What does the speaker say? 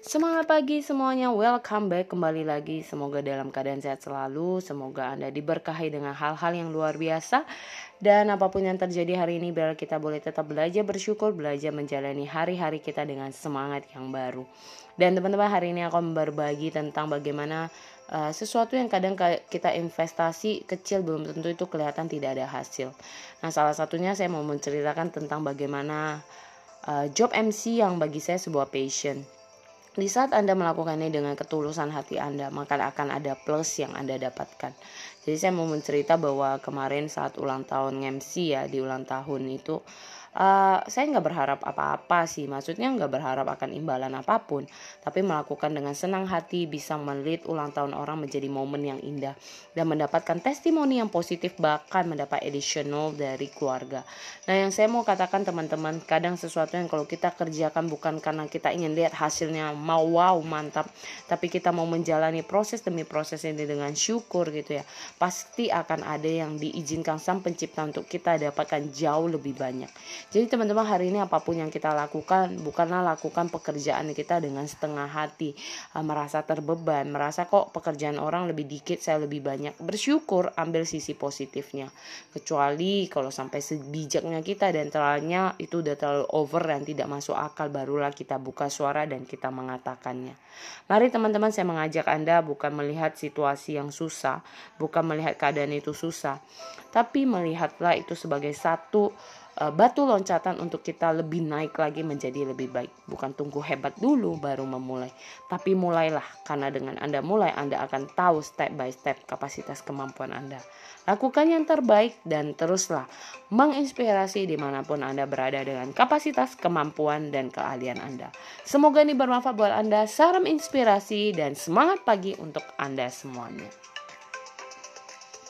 Semangat pagi semuanya, welcome back kembali lagi. Semoga dalam keadaan sehat selalu, semoga Anda diberkahi dengan hal-hal yang luar biasa. Dan apapun yang terjadi hari ini, biar kita boleh tetap belajar bersyukur, belajar menjalani hari-hari kita dengan semangat yang baru. Dan teman-teman, hari ini aku berbagi tentang bagaimana sesuatu yang kadang kita investasi kecil belum tentu itu kelihatan tidak ada hasil. Nah, salah satunya saya mau menceritakan tentang bagaimana job MC yang bagi saya sebuah passion. Di saat Anda melakukannya dengan ketulusan hati Anda, maka akan ada plus yang Anda dapatkan. Jadi saya mau mencerita bahwa kemarin saat ulang tahun MC ya, di ulang tahun itu saya nggak berharap apa-apa sih, maksudnya nggak berharap akan imbalan apapun, tapi melakukan dengan senang hati bisa melihat ulang tahun orang menjadi momen yang indah dan mendapatkan testimoni yang positif, bahkan mendapat additional dari keluarga. Nah, yang saya mau katakan teman-teman, kadang sesuatu yang kalau kita kerjakan bukan karena kita ingin lihat hasilnya mau wow mantap, tapi kita mau menjalani proses demi proses ini dengan syukur gitu ya, pasti akan ada yang diizinkan Sang Pencipta untuk kita dapatkan jauh lebih banyak. Jadi teman-teman, hari ini apapun yang kita lakukan, bukanlah lakukan pekerjaan kita dengan setengah hati, merasa terbeban, merasa kok pekerjaan orang lebih dikit saya lebih banyak. Bersyukur, ambil sisi positifnya. Kecuali kalau sampai sebijaknya kita dan terlalunya itu udah terlalu over dan tidak masuk akal, barulah kita buka suara dan kita mengatakannya. Mari teman-teman, saya mengajak Anda bukan melihat situasi yang susah, bukan melihat keadaan itu susah, tapi melihatlah itu sebagai satu batu loncatan untuk kita lebih naik lagi menjadi lebih baik. Bukan tunggu hebat dulu baru memulai, tapi mulailah, karena dengan Anda mulai, Anda akan tahu step by step kapasitas kemampuan Anda. Lakukan yang terbaik dan teruslah menginspirasi dimanapun Anda berada dengan kapasitas, kemampuan, dan keahlian Anda. Semoga ini bermanfaat buat Anda. Salam inspirasi dan semangat pagi untuk Anda semuanya.